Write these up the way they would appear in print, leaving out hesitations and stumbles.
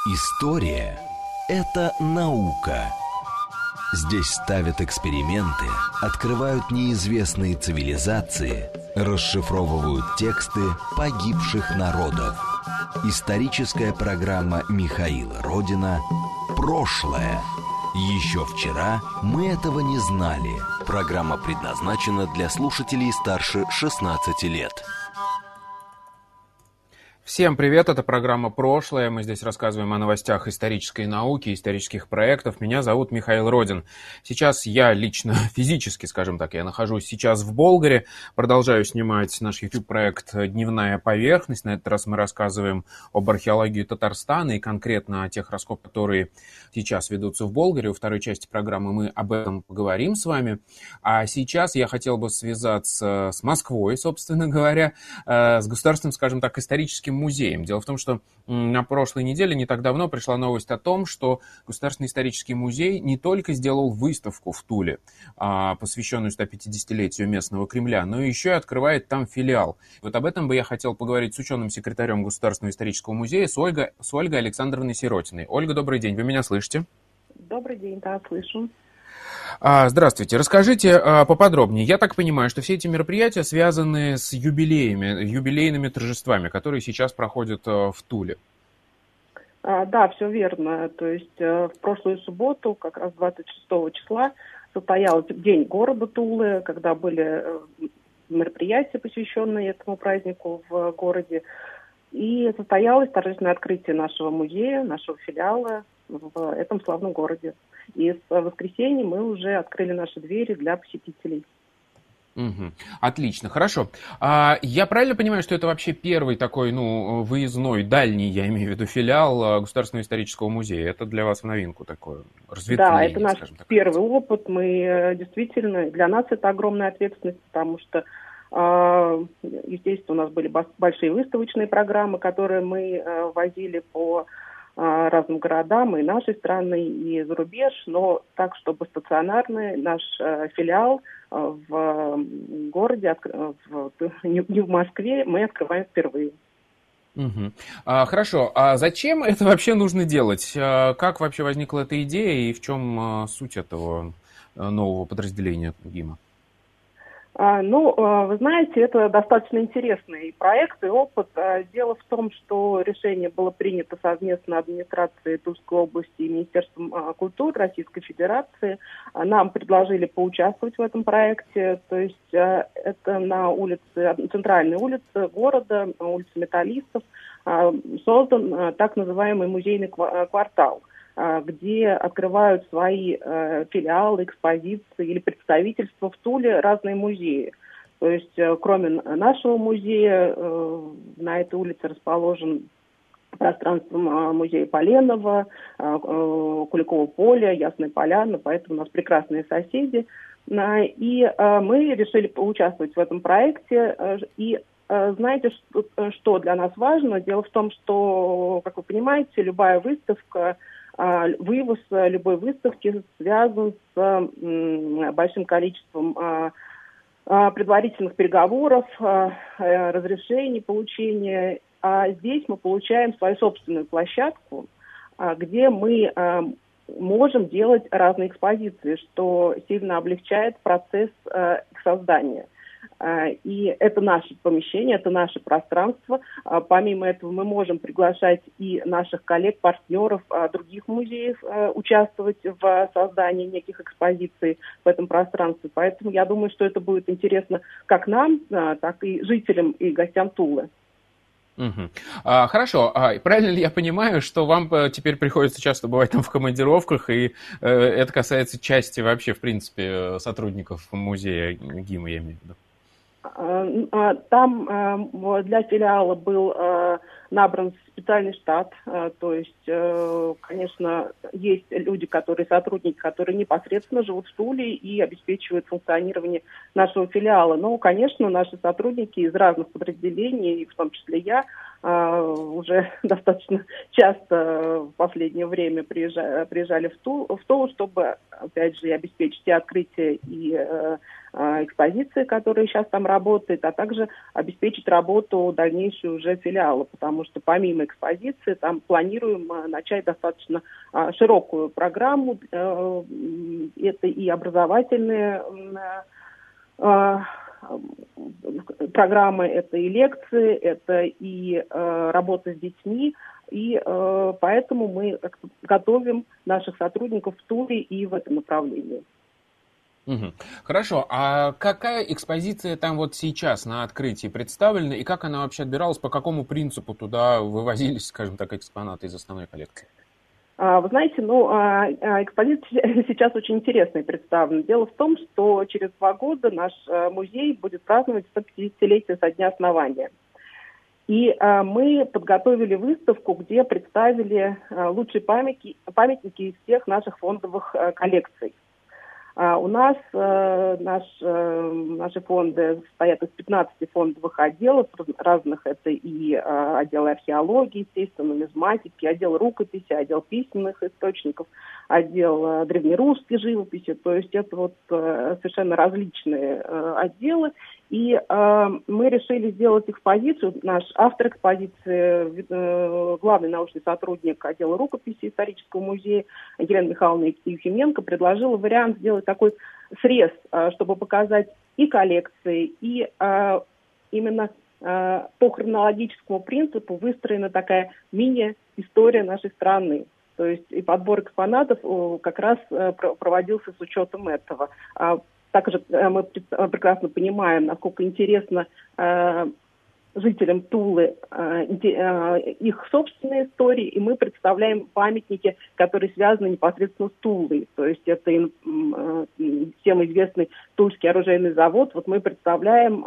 История – это наука. Здесь ставят эксперименты, открывают неизвестные цивилизации, расшифровывают тексты погибших народов. Историческая программа Михаила Родина «Прошлое». Еще вчера мы этого не знали. Программа предназначена для слушателей старше 16 лет. Всем привет, это программа «Прошлое». Мы здесь рассказываем о новостях исторической науки, исторических проектов. Меня зовут Михаил Родин. Сейчас я лично, физически, скажем так, я нахожусь сейчас в Болгаре. Продолжаю снимать наш YouTube-проект «Дневная поверхность». На этот раз мы рассказываем об археологии Татарстана и конкретно о тех раскопках, которые сейчас ведутся в Болгаре. Во второй части программы мы об этом поговорим с вами. А сейчас я хотел бы связаться с Москвой, собственно говоря, с государственным, скажем так, историческим музеем. Дело в том, что на прошлой неделе, не так давно, пришла новость о том, что Государственный исторический музей не только сделал выставку в Туле, посвященную 150-летию местного Кремля, но еще и открывает там филиал. Вот об этом бы я хотел поговорить с ученым-секретарем Государственного исторического музея, с Ольгой Александровной Сиротиной. Ольга, добрый день, вы меня слышите? Добрый день, да, слышу. Здравствуйте. Расскажите поподробнее. Я так понимаю, что все эти мероприятия связаны с юбилейными торжествами, которые сейчас проходят в Туле. Да, все верно. То есть в прошлую субботу, как раз 26 числа, состоялся День города Тулы, когда были мероприятия, посвященные этому празднику в городе. И состоялось торжественное открытие нашего музея, нашего филиала в этом славном городе. И с воскресенья мы уже открыли наши двери для посетителей. Угу. Отлично, хорошо. Я правильно понимаю, что это вообще первый такой, выездной, дальний, я имею в виду, филиал Государственного исторического музея? Это для вас в новинку такое разветвление? Да, это наш первый опыт. Мы действительно, для нас это огромная ответственность, потому что, естественно, у нас были большие выставочные программы, которые мы возили по разным городам и нашей страны, и за рубеж, но так, чтобы стационарный наш филиал в городе, не в Москве, мы открываем впервые. Угу. Хорошо, а зачем это вообще нужно делать? Как вообще возникла эта идея и в чем суть этого нового подразделения ГИМа? Вы знаете, это достаточно интересный проект и опыт. Дело в том, что решение было принято совместно администрацией Тульской области и Министерством культуры Российской Федерации. Нам предложили поучаствовать в этом проекте. То есть это на центральной улице города, улице Металлистов, создан так называемый музейный квартал, где открывают свои филиалы, экспозиции или представительства в Туле разные музеи. То есть, кроме нашего музея, на этой улице расположен пространство музея Поленова, Куликового поля, Ясная Поляна, поэтому у нас прекрасные соседи. И мы решили поучаствовать в этом проекте. И знаете, что для нас важно? Дело в том, что, как вы понимаете, любая выставка, вывоз любой выставки связан с большим количеством предварительных переговоров, разрешений получения. А здесь мы получаем свою собственную площадку, где мы можем делать разные экспозиции, что сильно облегчает процесс их создания. И это наше помещение, это наше пространство. Помимо этого мы можем приглашать и наших коллег, партнеров других музеев участвовать в создании неких экспозиций в этом пространстве. Поэтому я думаю, что это будет интересно как нам, так и жителям и гостям Тулы. Угу. Хорошо. Правильно ли я понимаю, что вам теперь приходится часто бывать там в командировках, и это касается части вообще, в принципе, сотрудников музея ГИМа, я имею в виду? Там для филиала был набран специальный штат, то есть, конечно, есть люди, сотрудники, которые непосредственно живут в Туле и обеспечивают функционирование нашего филиала. Но, конечно, наши сотрудники из разных подразделений, в том числе я, уже достаточно часто в последнее время приезжали в Тулу, чтобы, опять же, обеспечить и открытие, и экспозиции, которая сейчас там работает, а также обеспечить работу дальнейшую уже филиала, потому что помимо экспозиции там планируем начать достаточно широкую программу. Это и образовательные программы, это и лекции, это и работа с детьми. И поэтому мы готовим наших сотрудников в Туле и в этом направлении. Угу. Хорошо. А какая экспозиция там вот сейчас на открытии представлена, и как она вообще отбиралась, по какому принципу туда вывозились, скажем так, экспонаты из основной коллекции? Вы знаете, экспозиция сейчас очень интересная представлена. Дело в том, что через 2 года наш музей будет праздновать 150-летие со дня основания. И мы подготовили выставку, где представили лучшие памятники из всех наших фондовых коллекций. У нас наши фонды состоят из 15 фондовых отделов разных. Это и отдел археологии, естественно, нумизматики, отдел рукописи, отдел письменных источников, отдел древнерусской живописи. То есть это вот совершенно различные отделы. И мы решили сделать экспозицию. Наш автор экспозиции, главный научный сотрудник отдела рукописи исторического музея Елена Михайловна Ефименко, предложила вариант сделать такой срез, чтобы показать и коллекции, и именно по хронологическому принципу выстроена такая мини-история нашей страны. То есть и подбор экспонатов как раз проводился с учетом этого. Также мы прекрасно понимаем, насколько интересно жителям Тулы их собственные истории, и мы представляем памятники, которые связаны непосредственно с Тулой. То есть это всем известный Тульский оружейный завод. Вот мы представляем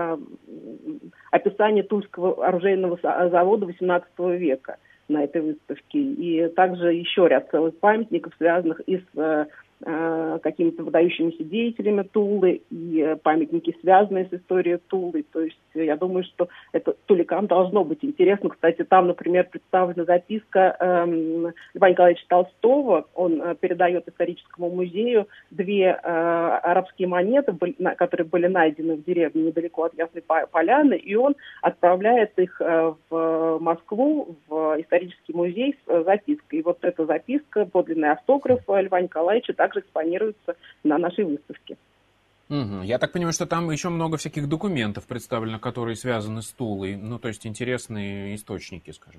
описание Тульского оружейного завода XVIII века на этой выставке. И также еще ряд целых памятников, связанных и с какими-то выдающимися деятелями Тулы, и памятники, связанные с историей Тулы. То есть я думаю, что это туликам должно быть интересно. Кстати, там, например, представлена записка Льва Николаевича Толстого. Он передает историческому музею 2 арабские монеты, которые были найдены в деревне недалеко от Ясной Поляны, и он отправляет их в Москву, в исторический музей с запиской. И вот эта записка, подлинный автограф Льва Николаевича, также экспонируется на нашей выставке. Угу. Я так понимаю, что там еще много всяких документов представлено, которые связаны с Тулой. Ну, то есть интересные источники, скажем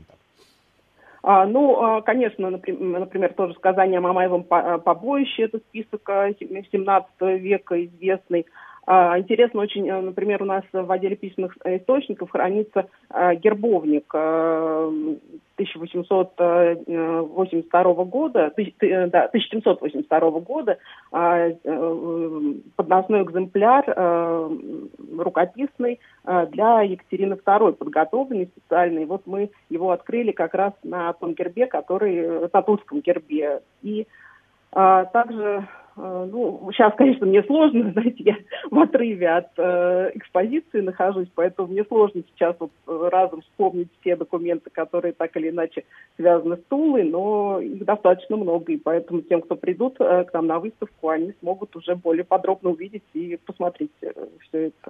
так. Конечно, например, тоже сказание о Мамаевом побоище, это список 17 века известный. Интересно очень, например, у нас в отделе письменных источников хранится гербовник 1782 года, подносной экземпляр рукописный для Екатерины II, подготовленный специальный. Вот мы его открыли как раз на том гербе, на тульском гербе. И также, сейчас, конечно, мне сложно, знаете, я в отрыве от экспозиции нахожусь, поэтому мне сложно сейчас разом вспомнить все документы, которые так или иначе связаны с Тулой, но их достаточно много, и поэтому тем, кто придут к нам на выставку, они смогут уже более подробно увидеть и посмотреть все это.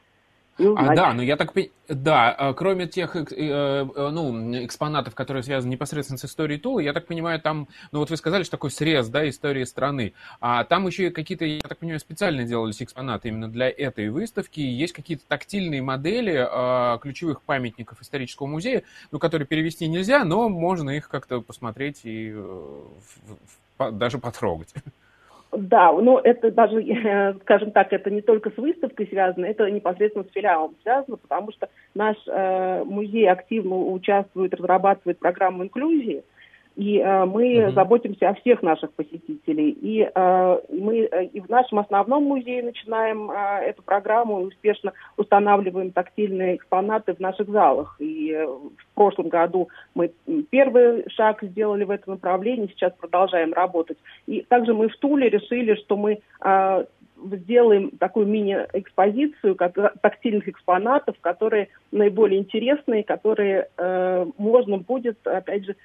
Кроме тех экспонатов, которые связаны непосредственно с историей Тулы, я так понимаю, там, вот вы сказали, что такой срез, истории страны, а там еще какие-то, я так понимаю, специально делались экспонаты именно для этой выставки, есть какие-то тактильные модели ключевых памятников исторического музея, которые перевести нельзя, но можно их как-то посмотреть и даже потрогать. Да, но это даже, скажем так, это не только с выставкой связано, это непосредственно с филиалом связано, потому что наш музей активно участвует, разрабатывает программу инклюзии, и мы заботимся о всех наших посетителей. И мы и в нашем основном музее начинаем эту программу и успешно устанавливаем тактильные экспонаты в наших залах. И в прошлом году мы первый шаг сделали в этом направлении, сейчас продолжаем работать. И также мы в Туле решили, что мы сделаем такую мини-экспозицию тактильных экспонатов, которые наиболее интересные, которые можно будет, опять же,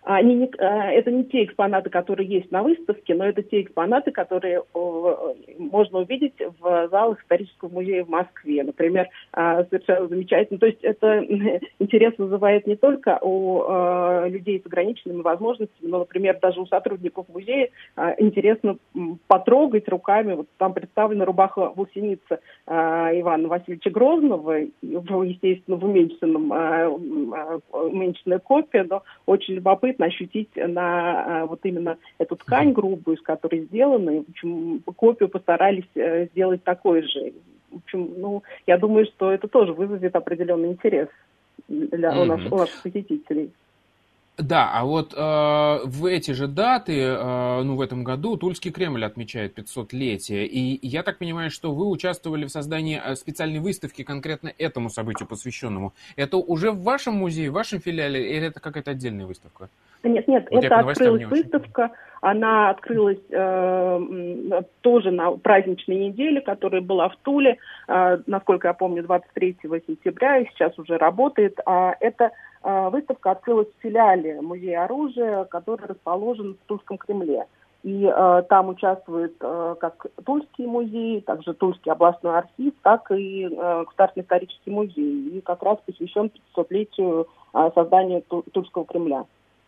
Это не те экспонаты, которые есть на выставке, но это те экспонаты, которые можно увидеть в залах исторического музея в Москве. Например, совершенно замечательно. То есть это интерес вызывает не только у людей с ограниченными возможностями, но, например, даже у сотрудников музея интересно потрогать руками. Вот там представлена рубаха-гусеница Ивана Васильевича Грозного, естественно, в уменьшенная копия, но очень любопытно ощутить на вот именно эту ткань грубую, из которой сделаны. В общем, копию постарались сделать такой же. В общем, я думаю, что это тоже вызовет определенный интерес у наших посетителей. Да, а вот в эти же даты, в этом году Тульский Кремль отмечает 500-летие, и я так понимаю, что вы участвовали в создании специальной выставки конкретно этому событию посвященному. Это уже в вашем музее, в вашем филиале, или это какая-то отдельная выставка? Нет, вот это открылась выставка, она открылась тоже на праздничной неделе, которая была в Туле, насколько я помню, 23 сентября, и сейчас уже работает. Эта выставка открылась в филиале Музея оружия, который расположен в Тульском Кремле. И там участвует как Тульский музей, также Тульский областной архив, так и Государственный исторический музей. И как раз посвящен 500-летию создания Тульского Кремля.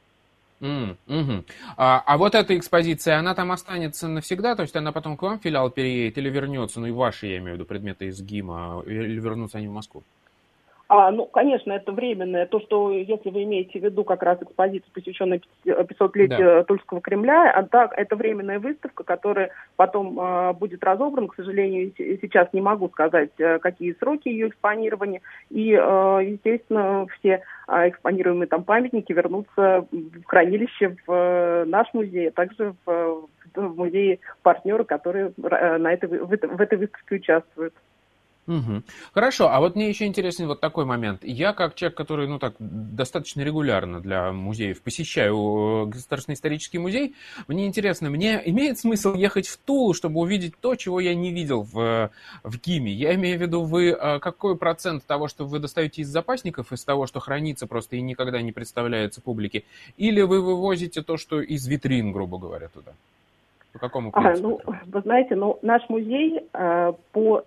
А вот эта экспозиция, она там останется навсегда? То есть она потом к вам в филиал переедет или вернется? И ваши, я имею в виду, предметы из ГИМа, или вернутся они в Москву? Конечно, это временное. То, что, если вы имеете в виду как раз экспозицию, посвященную 500-летию Тульского Кремля, это временная выставка, которая потом будет разобрана. К сожалению, сейчас не могу сказать, какие сроки ее экспонирования. И, естественно, все экспонируемые там памятники вернутся в хранилище в наш музей, а также в музее партнера, которые в этой выставке участвуют. Хорошо, а вот мне еще интересен вот такой момент. Я, как человек, который, достаточно регулярно для музеев посещаю Государственный исторический музей, мне интересно, мне имеет смысл ехать в Тулу, чтобы увидеть то, чего я не видел в ГИМе? Я имею в виду, вы какой процент того, что вы достаете из запасников, из того, что хранится просто и никогда не представляется публике, или вы вывозите то, что из витрин, грубо говоря, туда? По какому принципу? Вы знаете, наш музей по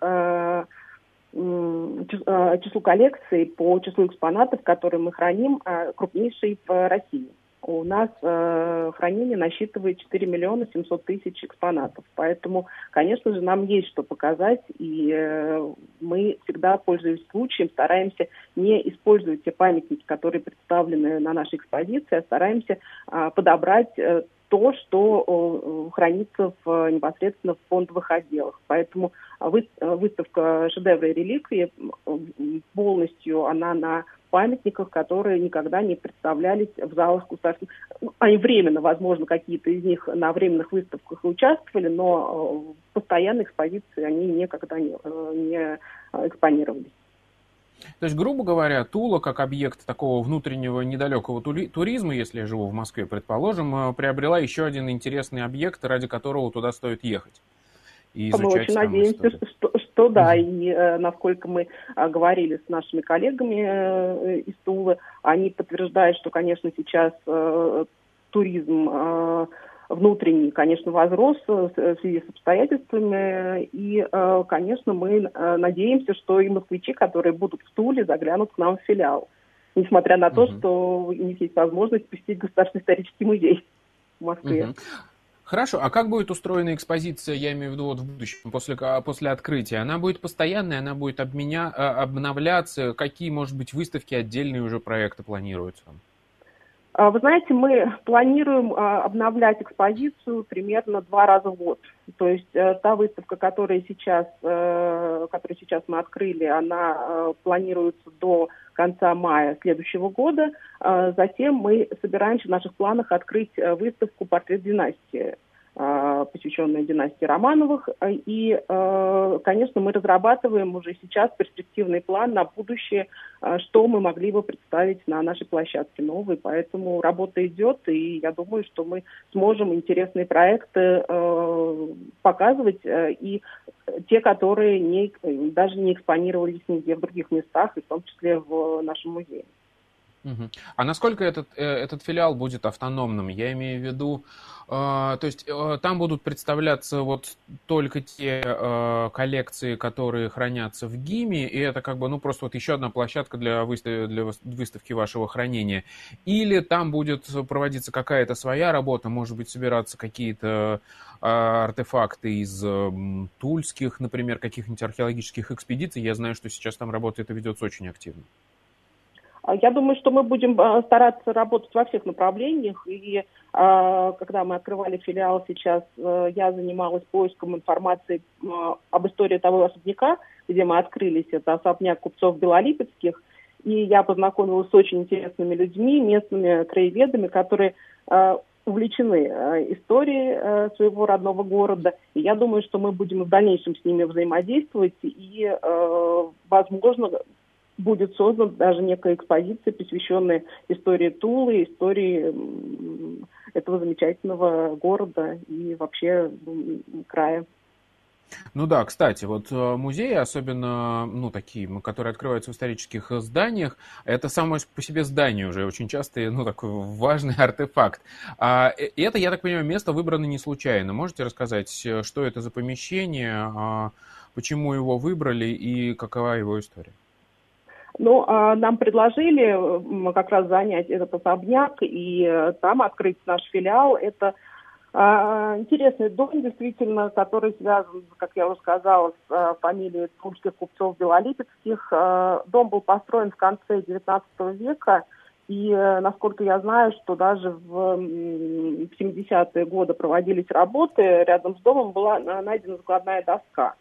числу коллекций, по числу экспонатов, которые мы храним, крупнейший в России. У нас хранение насчитывает 4 миллиона 700 тысяч экспонатов. Поэтому, конечно же, нам есть что показать, и мы всегда, пользуясь случаем, стараемся не использовать те памятники, которые представлены на нашей экспозиции, а стараемся подобрать то, что хранится непосредственно в фондовых отделах. Поэтому выставка «Шедевры и реликвии» полностью она на памятниках, которые никогда не представлялись в залах государственных. Они временно, возможно, какие-то из них на временных выставках и участвовали, но в постоянной экспозиции они никогда не экспонировались. То есть, грубо говоря, Тула, как объект такого внутреннего недалекого туризма, если я живу в Москве, предположим, приобрела еще один интересный объект, ради которого туда стоит ехать. И изучать. Мы очень надеемся, что да, и насколько мы говорили с нашими коллегами из Тулы, они подтверждают, что, конечно, сейчас туризм внутренний, конечно, возрос в связи с обстоятельствами, и, конечно, мы надеемся, что и москвичи, которые будут в Туле, заглянут к нам в филиал, несмотря на то, что у них есть возможность посетить Государственный исторический музей в Москве. Хорошо, а как будет устроена экспозиция, я имею в виду в будущем, после открытия? Она будет постоянной, она будет обновляться? Какие, может быть, выставки, отдельные уже проекты планируются? Вы знаете, мы планируем обновлять экспозицию примерно 2 раза в год. То есть та выставка, которую сейчас мы открыли, она планируется до конца мая следующего года. Затем мы собираемся в наших планах открыть выставку «Портрет династии», посвященную династии Романовых. И, конечно, мы разрабатываем уже сейчас перспективный план на будущее, что мы могли бы представить на нашей площадке новой. Поэтому работа идет, и я думаю, что мы сможем интересные проекты показывать, и те, которые даже не экспонировались нигде в других местах, и в том числе в нашем музее. Мгм. А насколько этот филиал будет автономным? Я имею в виду, то есть там будут представляться вот только те коллекции, которые хранятся в ГИМе, и это как бы, ну, просто вот еще одна площадка для выставки вашего хранения. Или там будет проводиться какая-то своя работа, может быть, собираться какие-то артефакты из тульских, например, каких-нибудь археологических экспедиций. Я знаю, что сейчас там работа эта ведется очень активно. Я думаю, что мы будем стараться работать во всех направлениях. И когда мы открывали филиал сейчас, я занималась поиском информации об истории того особняка, где мы открылись. Это особняк купцов Белолипецких. И я познакомилась с очень интересными людьми, местными краеведами, которые увлечены историей своего родного города. И я думаю, что мы будем в дальнейшем с ними взаимодействовать. И, возможно, будет создана даже некая экспозиция, посвященная истории Тулы, истории этого замечательного города и вообще края. Ну да, кстати, вот музеи, особенно, ну, такие, которые открываются в исторических зданиях, это само по себе здание уже очень часто, ну, такой важный артефакт. И это, я так понимаю, место выбрано не случайно. Можете рассказать, что это за помещение, почему его выбрали и какова его история? Ну, нам предложили как раз занять этот особняк и там открыть наш филиал. Это интересный дом, действительно, который связан, как я уже сказала, с фамилией тульских купцов Белолипецких. Дом был построен в конце XIX века, и, насколько я знаю, что даже в 70-е годы проводились работы, рядом с домом была найдена закладная доска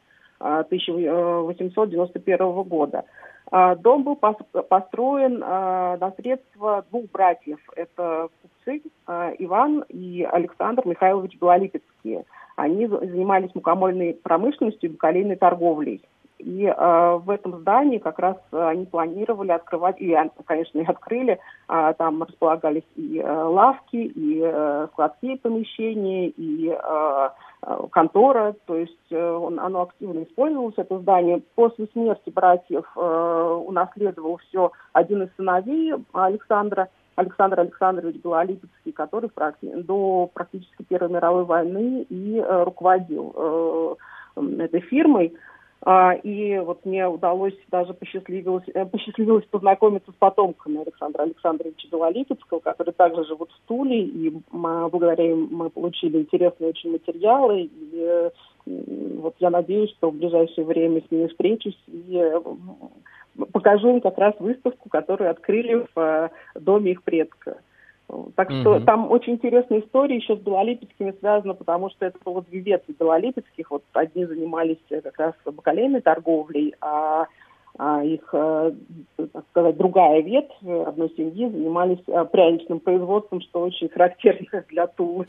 1891 года. Дом был построен на средства двух братьев. Это купцы Иван и Александр Михайлович Белолипецкие. Они занимались мукомольной промышленностью и бакалейной торговлей. И в этом здании как раз они планировали открывать, и, конечно, и открыли, там располагались и лавки, и складские помещения, и контора, то есть оно активно использовалось, это здание. После смерти братьев унаследовал все один из сыновей Александр Александрович Белолипецкий, который до практически Первой мировой войны и руководил этой фирмой. И вот мне удалось, даже посчастливилось познакомиться с потомками Александра Александровича Белолипецкого, которые также живут в Туле, и благодаря им мы получили интересные очень материалы. И вот я надеюсь, что в ближайшее время с ними встречусь и покажу им как раз выставку, которую открыли в доме их предка. Так что там очень интересная история еще с Белолипецкими связана, потому что это было две ветви Белолипецких. Вот одни занимались как раз бакалейной торговлей, а их, так сказать, другая ветвь одной семьи занимались пряничным производством, что очень характерно для Тулы.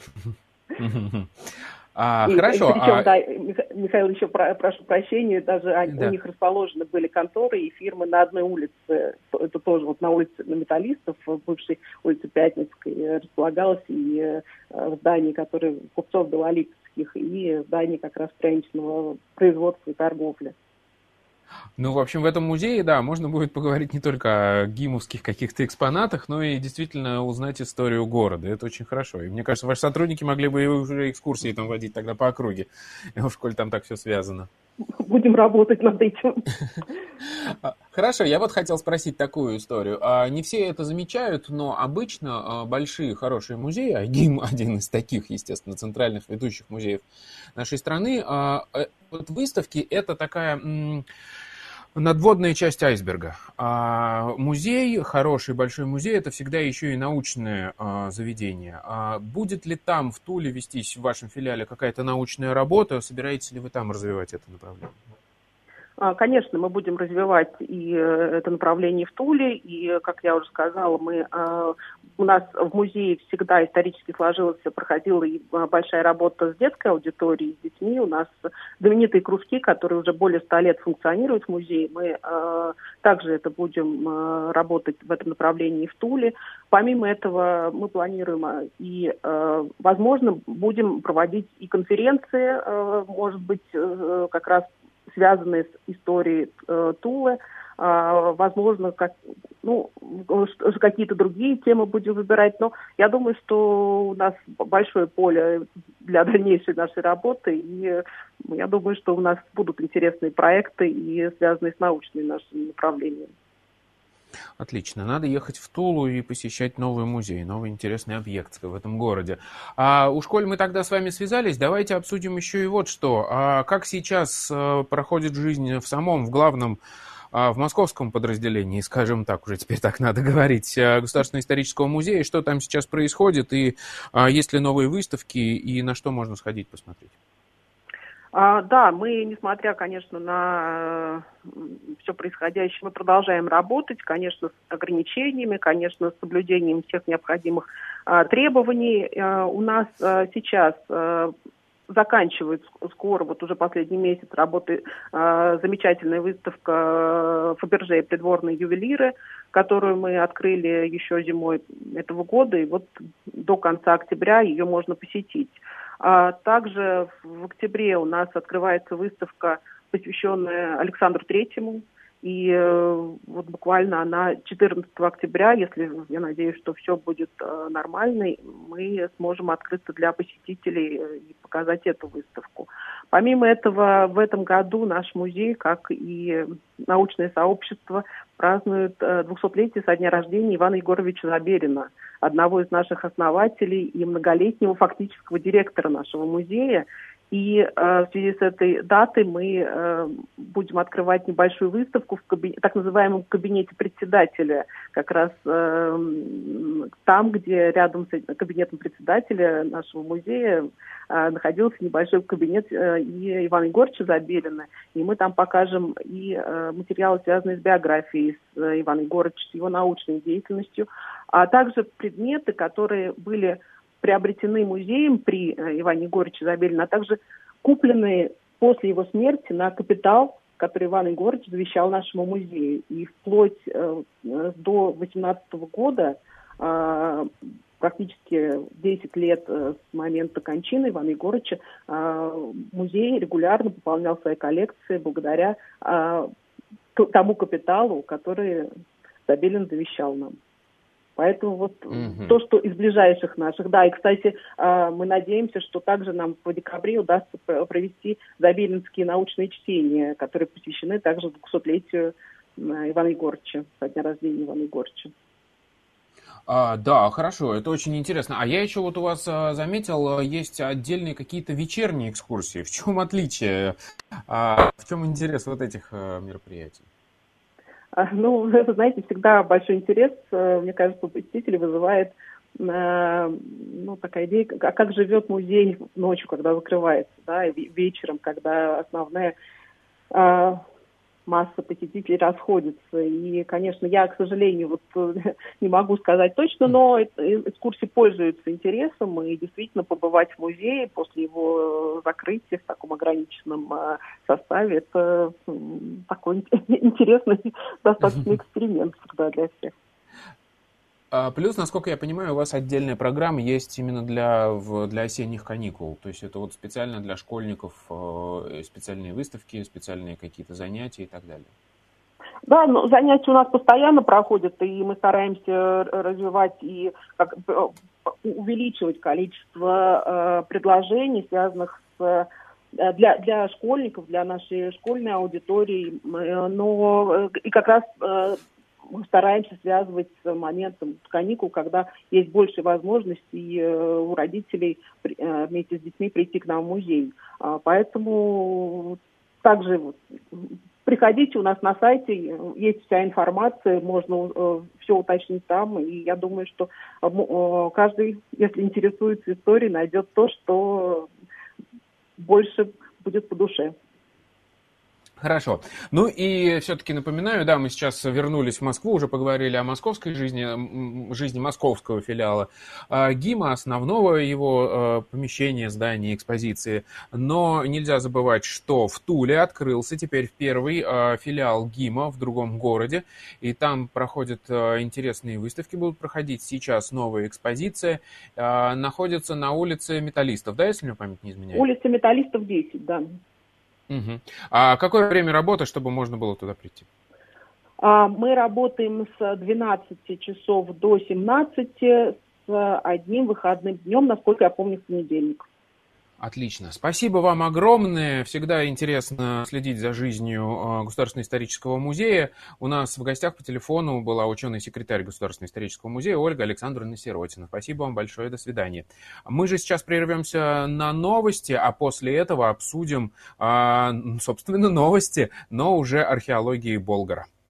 Хорошо. Причем, да, Михаил, еще прошу прощения, даже у них расположены были конторы и фирмы на одной улице. Это тоже вот на улице на Металлистов, в бывшей улице Пятницкой, располагалось и здание, которое купцов Белолипецких, и здание как раз пряничного производства и торговли. Ну, в общем, в этом музее, да, можно будет поговорить не только о гимовских каких-то экспонатах, но и действительно узнать историю города. Это очень хорошо. И мне кажется, ваши сотрудники могли бы уже экскурсии там водить тогда по округе, в школе там так все связано. Будем работать над этим. Хорошо, я вот хотел спросить такую историю. Не все это замечают, но обычно большие, хорошие музеи, а ГИМ один из таких, естественно, центральных ведущих музеев нашей страны, вот выставки — это такая надводная часть айсберга. А музей, хороший большой музей, это всегда еще и научное заведение. Будет ли там в Туле вестись в вашем филиале какая-то научная работа? Собираетесь ли вы там развивать это направление? Конечно, мы будем развивать и это направление в Туле, и, как я уже сказала, у нас в музее всегда исторически сложилось, проходила и большая работа с детской аудиторией, с детьми. У нас знаменитые кружки, которые уже более 100 лет функционируют в музее. Мы также это будем работать в этом направлении в Туле. Помимо этого, мы планируем и, возможно, будем проводить и конференции, может быть, как раз связанные с историей Тулы. Возможно, какие-то другие темы будем выбирать. Но я думаю, что у нас большое поле для дальнейшей нашей работы. И я думаю, что у нас будут интересные проекты, и связанные с научными нашими направлениями. Отлично. Надо ехать в Тулу и посещать новый музей, новый интересный объект в этом городе. Уж коль мы тогда с вами связались, давайте обсудим еще и вот что. Как сейчас проходит жизнь в главном, в московском подразделении, скажем так, уже теперь так надо говорить, Государственного исторического музея, что там сейчас происходит, и есть ли новые выставки, и на что можно сходить посмотреть? Да, мы, несмотря, конечно, на все происходящее, мы продолжаем работать, конечно, с ограничениями, конечно, с соблюдением всех необходимых требований. У нас сейчас заканчивает скоро, вот уже последний месяц работы замечательная выставка Фаберже и придворные ювелиры, которую мы открыли еще зимой этого года, и вот до конца октября ее можно посетить. Также в октябре у нас открывается выставка, посвященная Александру Третьему. И вот буквально она 14 октября, если я надеюсь, что все будет нормально, мы сможем открыться для посетителей и показать эту выставку. Помимо этого, в этом году наш музей, как и научное сообщество, празднует 200-летие со дня рождения Ивана Егоровича Забелина, одного из наших основателей и многолетнего фактического директора нашего музея. И в связи с этой датой мы будем открывать небольшую выставку в так называемом кабинете председателя, как раз там, где рядом с кабинетом председателя нашего музея находился небольшой кабинет и Ивана Егоровича Забелина. И мы там покажем и материалы, связанные с биографией Ивана Егоровича, с его научной деятельностью, а также предметы, которые были приобретены музеем при Иване Егоровиче Забелине, а также купленные после его смерти на капитал, который Иван Егорович завещал нашему музею. И вплоть до 2018 года, практически 10 лет с момента кончины Ивана Егоровича, музей регулярно пополнял свои коллекции благодаря тому капиталу, который Забелин завещал нам. Поэтому вот то, что из ближайших наших. Да, и, кстати, мы надеемся, что также нам в декабре удастся провести забелинские научные чтения, которые посвящены также 200-летию Ивана Егоровича, со дня рождения Ивана Егоровича. Да, хорошо, это очень интересно. А я еще вот у вас заметил, есть отдельные какие-то вечерние экскурсии. В чем отличие, в чем интерес вот этих мероприятий? Вы знаете, всегда большой интерес, мне кажется, у посетителей вызывает такая идея, как живет музей ночью, когда закрывается, да, и вечером, когда основная масса посетителей расходится. И, конечно, я, к сожалению, не могу сказать точно, но экскурсии пользуются интересом, и действительно побывать в музее после его закрытия в таком ограниченном составе, это такой интересный достаточно эксперимент всегда для всех. Плюс, насколько я понимаю, у вас отдельная программа есть именно для осенних каникул. То есть это вот специально для школьников специальные выставки, специальные какие-то занятия и так далее. Да, но занятия у нас постоянно проходят, и мы стараемся развивать и увеличивать количество предложений, связанных для школьников, для нашей школьной аудитории. Но и как раз мы стараемся связывать с моментом каникул, когда есть больше возможностей у родителей вместе с детьми прийти к нам в музей. Поэтому также приходите, у нас на сайте есть вся информация, можно все уточнить там. И я думаю, что каждый, если интересуется историей, найдет то, что больше будет по душе. Хорошо. Ну и все-таки напоминаю, да, мы сейчас вернулись в Москву, уже поговорили о московской жизни московского филиала ГИМа, основного его помещения, здания, экспозиции. Но нельзя забывать, что в Туле открылся теперь первый филиал ГИМа в другом городе, и там проходят интересные выставки, будут проходить сейчас новая экспозиция. Находится на улице Металлистов, да, если мне память не изменяет? Улица Металлистов, 10, да. Угу. А какое время работы, чтобы можно было туда прийти? Мы работаем с 12 часов до 17 с одним выходным днем, насколько я помню, в понедельник. Отлично. Спасибо вам огромное. Всегда интересно следить за жизнью Государственного исторического музея. У нас в гостях по телефону была ученый-секретарь Государственного исторического музея Ольга Александровна Сиротина. Спасибо вам большое. До свидания. Мы же сейчас прервемся на новости, а после этого обсудим, собственно, новости, но уже археологии Болгара.